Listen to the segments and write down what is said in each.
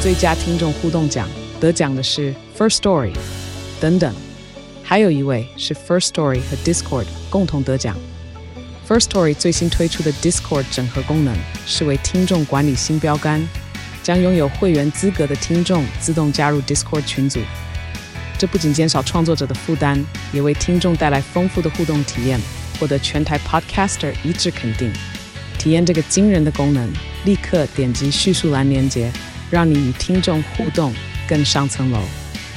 最佳听众互动奖，得奖的是 First Story 等等，还有一位是 First Story 和 Discord 共同得奖。First Story 最新推出的 Discord 整合功能是为听众管理新标杆，将拥有会员资格的听众自动加入 Discord 群组。这不仅减少创作者的负担，也为听众带来丰富的互动体验，获得全台 Podcaster 一致肯定。体验这个惊人的功能，立刻点击叙述栏连结，让你与听众互动更上层楼。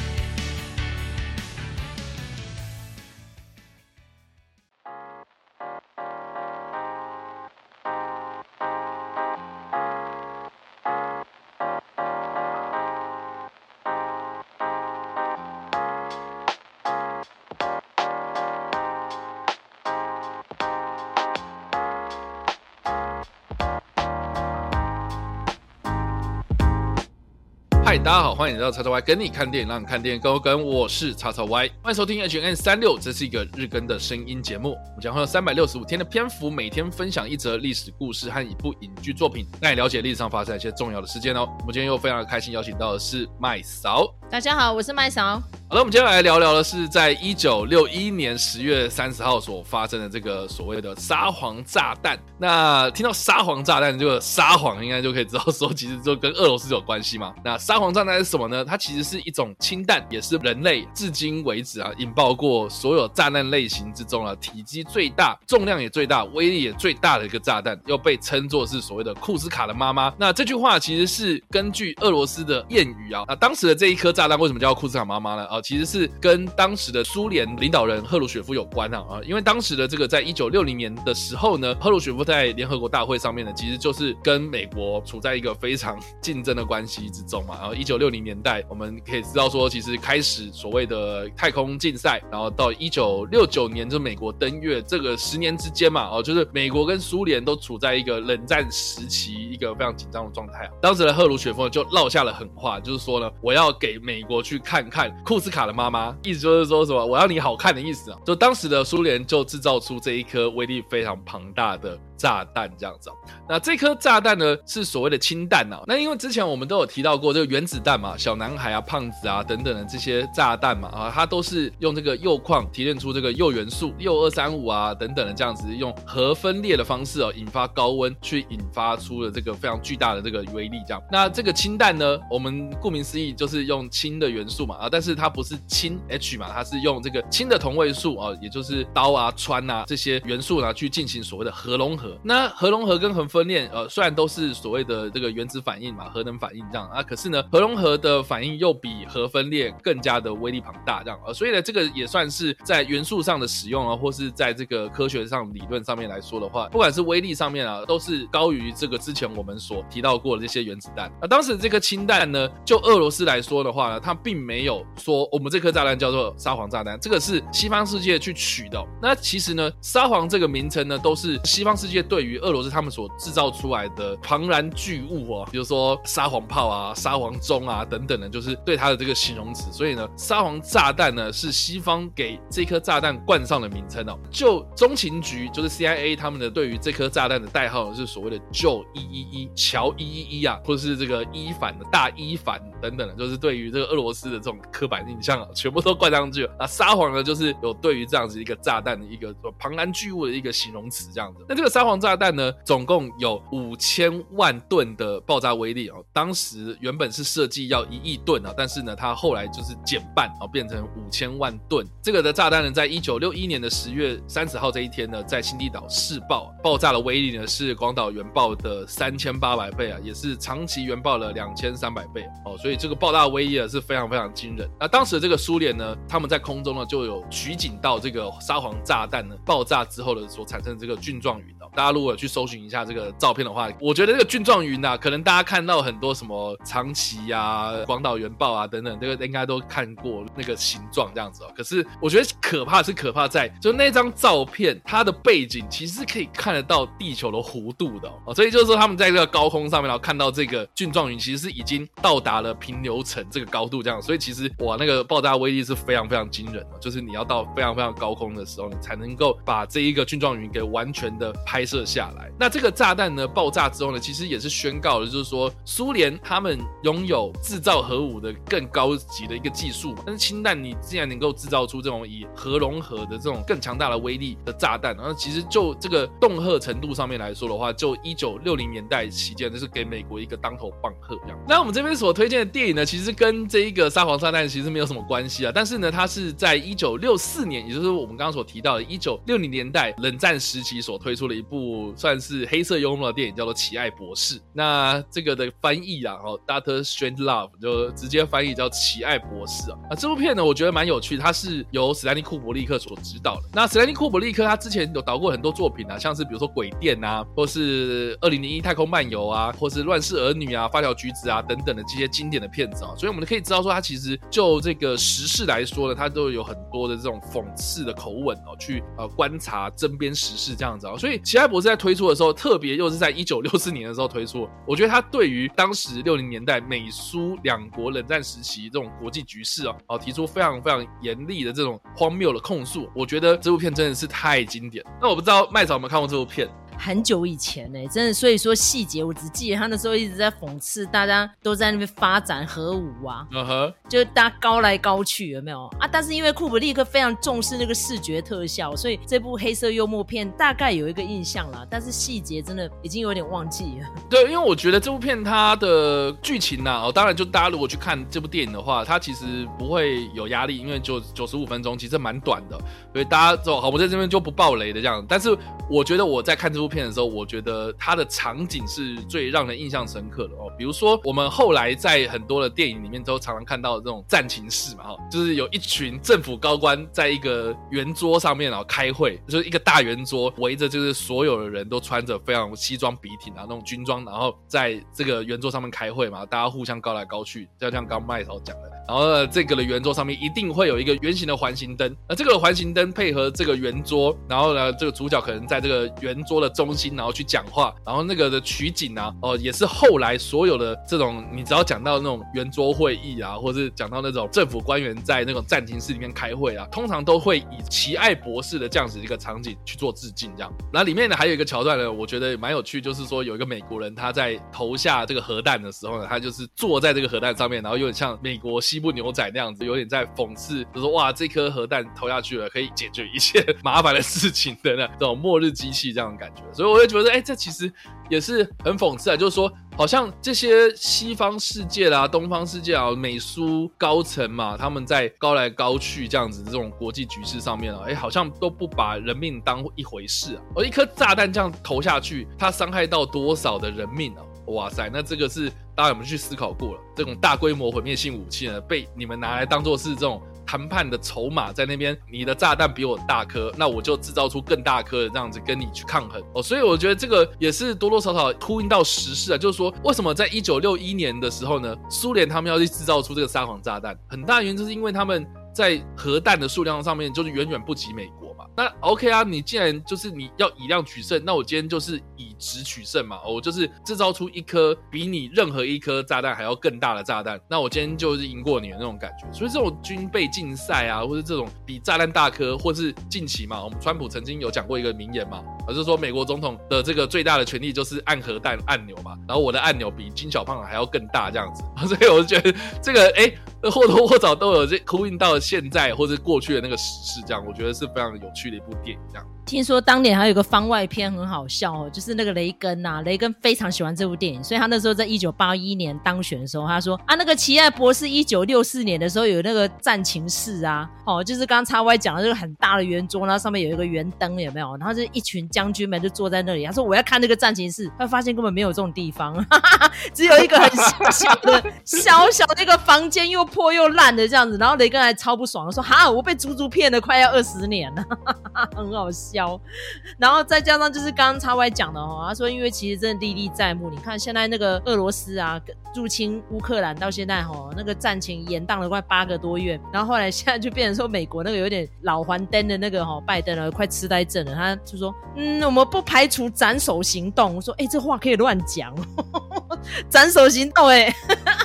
嗨，大家好，欢迎来到叉叉 Y 跟你看电影，让你看电影更有梗。我是叉叉 Y， 欢迎收听 HN36， 这是一个日更的声音节目。我们将会有365天的篇幅，每天分享一则历史故事和一部影剧作品，让你了解历史上发生一些重要的事件哦。我们今天又非常的开心，邀请到的是麦嫂。 大家好，我是麦嫂。 好了，我们接下来聊聊的是在1961年10月30号所发生的这个所谓的沙皇炸弹。那听到沙皇炸弹，这个沙皇应该就可以知道说，其实就跟俄罗斯有关系嘛。那沙皇炸弹是什么呢？它其实是一种氢弹，也是人类至今为止引爆过所有炸弹类型之中体积最大、重量也最大、威力也最大的一个炸弹，又被称作是所谓的库斯卡的妈妈。那这句话其实是根据俄罗斯的谚语那当时的这一颗炸弹为什么叫库斯卡妈妈呢？其实是跟当时的苏联领导人赫鲁雪夫有关因为当时的这个在1960年的时候呢，赫鲁雪夫在联合国大会上面呢，其实就是跟美国处在一个非常竞争的关系之中嘛。1960年代我们可以知道说，其实开始所谓的太空竞赛，然后到1969年就美国登月，这个10年之间嘛，就是美国跟苏联都处在一个冷战时期，一个非常紧张的状态当时的赫鲁雪夫就落下了狠话，就是说呢，我要给美国去看看库斯卡的妈妈，意思就是说什么我要你好看的意思就当时的苏联就制造出这一颗威力非常庞大的炸弹这样子那这颗炸弹呢是所谓的氢弹那因为之前我们都有提到过这个原子弹嘛，小男孩胖子等等的这些炸弹嘛它都是用这个铀矿提炼出这个铀元素铀235等等的这样子，用核分裂的方式引发高温，去引发出了这个非常巨大的这个威力这样。那这个氢弹呢，我们顾名思义就是用氢的元素嘛但是它不是氢 H 嘛，它是用这个氢的同位素也就是氘氚这些元素去进行所谓的核融合。那核融合跟核分裂虽然都是所谓的这个原子反应嘛，核能反应这样可是呢核融合的反应又比核分裂更加的威力庞大这样所以呢这个也算是在元素上的使用或是在这个科学上理论上面来说的话，不管是威力上面都是高于这个之前我们所提到过的这些原子弹。当时这个氢弹呢，就俄罗斯来说的话呢，它并没有说我们这颗炸弹叫做沙皇炸弹，这个是西方世界去取的那其实呢，沙皇这个名称呢，都是西方世界对于俄罗斯他们所制造出来的庞然巨物比如说沙皇炮沙皇钟等等的，就是对它的这个形容词。所以呢，沙皇炸弹呢是西方给这颗炸弹冠上的名称就中情局就是 CIA 他们的对于这颗炸弹的代号是所谓的 Joe 111乔111或者是这个伊凡的大伊凡等等的，就是对于这个俄罗斯的这种刻板印象全部都冠上去了。那沙皇呢，就是有对于这样子一个炸弹的一个庞然巨物的一个形容词这样子。那这个沙皇炸弹呢，总共有5000万吨的爆炸威力当时原本是设计要1亿吨但是呢，它后来就是减半变成5000万吨。这个的炸弹呢，在1961年的10月30号这一天呢，在新地岛试爆，爆炸的威力呢是广岛原爆的3800倍也是长崎原爆的2300倍所以这个爆炸威力是非常非常惊人。那当时的这个苏联呢，他们在空中呢就有取景到这个沙皇炸弹呢爆炸之后的所产生的这个菌状云大家如果去搜寻一下这个照片的话，我觉得这个菌状云可能大家看到很多什么长崎广岛原爆等等，这个应该都看过那个形状这样子可是我觉得可怕是可怕在就那张照片它的背景其实是可以看得到地球的弧度的所以就是说他们在这个高空上面看到这个菌状云其实是已经到达了平流层这个高度这样，所以其实那个爆炸威力是非常非常惊人就是你要到非常非常高空的时候，你才能够把这一个菌状云给完全的拍拍摄下来。那这个炸弹呢爆炸之后呢，其实也是宣告了，就是说苏联他们拥有制造核武的更高级的一个技术，但是氢弹你既然能够制造出这种以核融合的这种更强大的威力的炸弹，然后其实就这个恫吓程度上面来说的话，就1960年代期间就是给美国一个当头棒喝这样。那我们这边所推荐的电影呢，其实跟这一个沙皇炸弹其实没有什么关系啊，但是呢它是在1964年，也就是我们刚刚所提到的1960年代冷战时期所推出的一部算是黑色幽默的电影，叫做《奇爱博士》。那这个的翻译啊，Dr. Strangelove 就直接翻译叫奇爱博士啊。这部片呢我觉得蛮有趣的，它是由史丹利库伯利克所指导的。那史丹利库伯利克他之前有导过很多作品啊，像是比如说鬼店啊，或是2001太空漫游啊，或是乱世儿女啊、发条橘子啊等等的这些经典的片子啊。所以我们可以知道说他其实就这个时事来说呢，他都有很多的这种讽刺的口吻去观察针砭时事这样子啊。所以奇爱博士在推出的时候，特别又是在1964年的时候推出，我觉得他对于当时60年代美苏两国冷战时期这种国际局势提出非常非常严厉的这种荒谬的控诉，我觉得这部片真的是太经典。那我不知道麦嫂有没有看过这部片？ 很久以前真的，所以说细节我只记得他那时候一直在讽刺大家都在那边发展核武啊，就大家高来高去有没有啊？但是因为库伯利克非常重视那个视觉特效，所以这部黑色幽默片大概有一个印象啦，但是细节真的已经有点忘记了。 对，因为我觉得这部片它的剧情啊，当然就大家如果去看这部电影的话，它其实不会有压力，因为就95分钟，其实蛮短的，所以大家好，我在这边就不爆雷的这样。但是我觉得我在看这部片的时候，我觉得它的场景是最让人印象深刻的比如说我们后来在很多的电影里面都常常看到这种战情室嘛就是有一群政府高官在一个圆桌上面开会，就是一个大圆桌围着，就是所有的人都穿着非常西装笔挺那种军装，然后在这个圆桌上面开会嘛，大家互相高来高去，就像刚麦嫂讲的。然后这个的圆桌上面一定会有一个圆形的环形灯，这个环形灯配合这个圆桌，然后呢这个主角可能在这个圆桌的中心然后去讲话，然后那个的取景啊也是后来所有的这种你只要讲到那种圆桌会议啊，或是讲到那种政府官员在那种战情室里面开会啊，通常都会以奇爱博士的这样子一个场景去做致敬这样。然后里面呢还有一个桥段呢我觉得蛮有趣，就是说有一个美国人他在投下这个核弹的时候呢，他就是坐在这个核弹上面，然后有点像美国西部牛仔那样子，有点在讽刺，就是说哇这颗核弹投下去了可以解决一切麻烦的事情的那种末日机器这样的感觉。所以我就觉得这其实也是很讽刺啊，就是说好像这些西方世界啦、东方世界啊、美苏高层嘛，他们在高来高去这样子这种国际局势上面好像都不把人命当一回事啊。一颗炸弹这样投下去，它伤害到多少的人命啊？哇塞，那这个是大家有没有去思考过了？这种大规模毁灭性武器呢，被你们拿来当作是这种谈判的筹码，在那边你的炸弹比我大颗，那我就制造出更大颗的这样子跟你去抗衡所以我觉得这个也是多多少少呼应到时事啊，就是说为什么在1961年的时候呢，苏联他们要去制造出这个沙皇炸弹，很大的原因就是因为他们在核弹的数量上面就是远远不及美国嘛。那 OK 啊，你既然就是你要以量取胜，那我今天就是以质取胜嘛，我就是制造出一颗比你任何一颗炸弹还要更大的炸弹，那我今天就是赢过你的那种感觉。所以这种军备竞赛啊，或是这种比炸弹大颗，或是近期嘛，我们川普曾经有讲过一个名言嘛，就是说美国总统的这个最大的权力就是按核弹按钮嘛，然后我的按钮比金小胖还要更大这样子。所以我就觉得这个或多或少都有呼应到现在或是过去的那个时事，这样我觉得是非常有趣的一部电影这样。 听说当年还有一个番外篇很好笑就是那个雷根啊，雷根非常喜欢这部电影，所以他那时候在1981年当选的时候，他说那个奇爱博士1964年的时候有那个战情室啊就是刚刚 XY 讲的这个很大的圆桌，然后上面有一个圆灯有没有，然后就一群将军们就坐在那里，他说我要看那个战情室，他发现根本没有这种地方只有一个很小小的一个房间，又破又烂的这样子，然后雷根还超不爽说哈我被足足骗了快要20年了很好笑。然后再加上就是刚刚 XY 讲的他说因为其实真的历历在目，你看现在那个俄罗斯啊入侵乌克兰到现在那个战情延宕了快8个多月，然后后来现在就变成说美国那个有点老还灯的那个拜登快痴呆症了，他就说我们不排除斩首行动。我说这话可以乱讲斩首行动那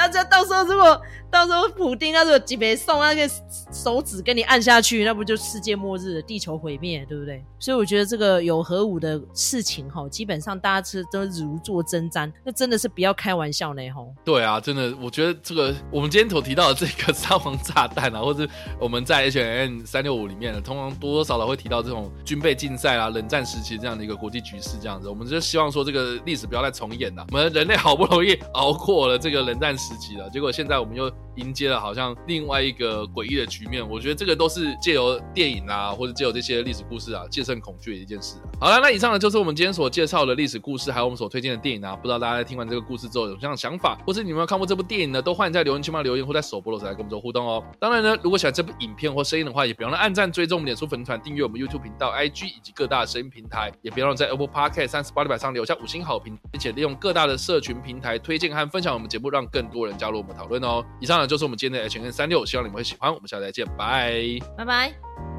那这到时候普丁他如果几杯送那个手指跟你按下去，那不就世界末日了，地球毁灭，对不对？所以我觉得这个有核武的事情基本上大家都如坐针毡，那真的是不要开玩笑呢。 对啊，真的，我觉得这个我们今天所提到的这个沙皇炸弹啊，或者我们在 H&M365 里面呢，通常多多少少会提到这种军备竞赛啊、冷战时期这样的一个国际局势这样子，我们就希望说这个历史不要再重演了。我们人类好不容易熬过了这个冷战时期了，结果现在我们又迎接了好像另外一个诡异的局面。我觉得这个都是借由电影啊，或者借由这些历史故事啊，戒慎恐惧的一件事。好了，那以上呢就是我们今天所介绍的历史故事，还有我们所推荐的电影啊。不知道大家在听完这个故事之后有什么样的想法，或是你们有看过这部电影呢？都欢迎在留言区帮留言，或在首播的时候来跟我们做互动哦。当然呢，如果喜欢这部影片或声音的话，也别忘了按赞、追踪我们脸书粉团、订阅我们 YouTube 频道、IG 以及各大声音平台，也别忘了在 Apple Podcast 和 Spotify 上留下5星好评，并且利用各大的社群平台推荐和分享我们节目，让更多人加入我们讨论哦。以上呢就是我们今天的 H&M365，希望你们会喜欢。我们下次再见，拜拜。 拜拜。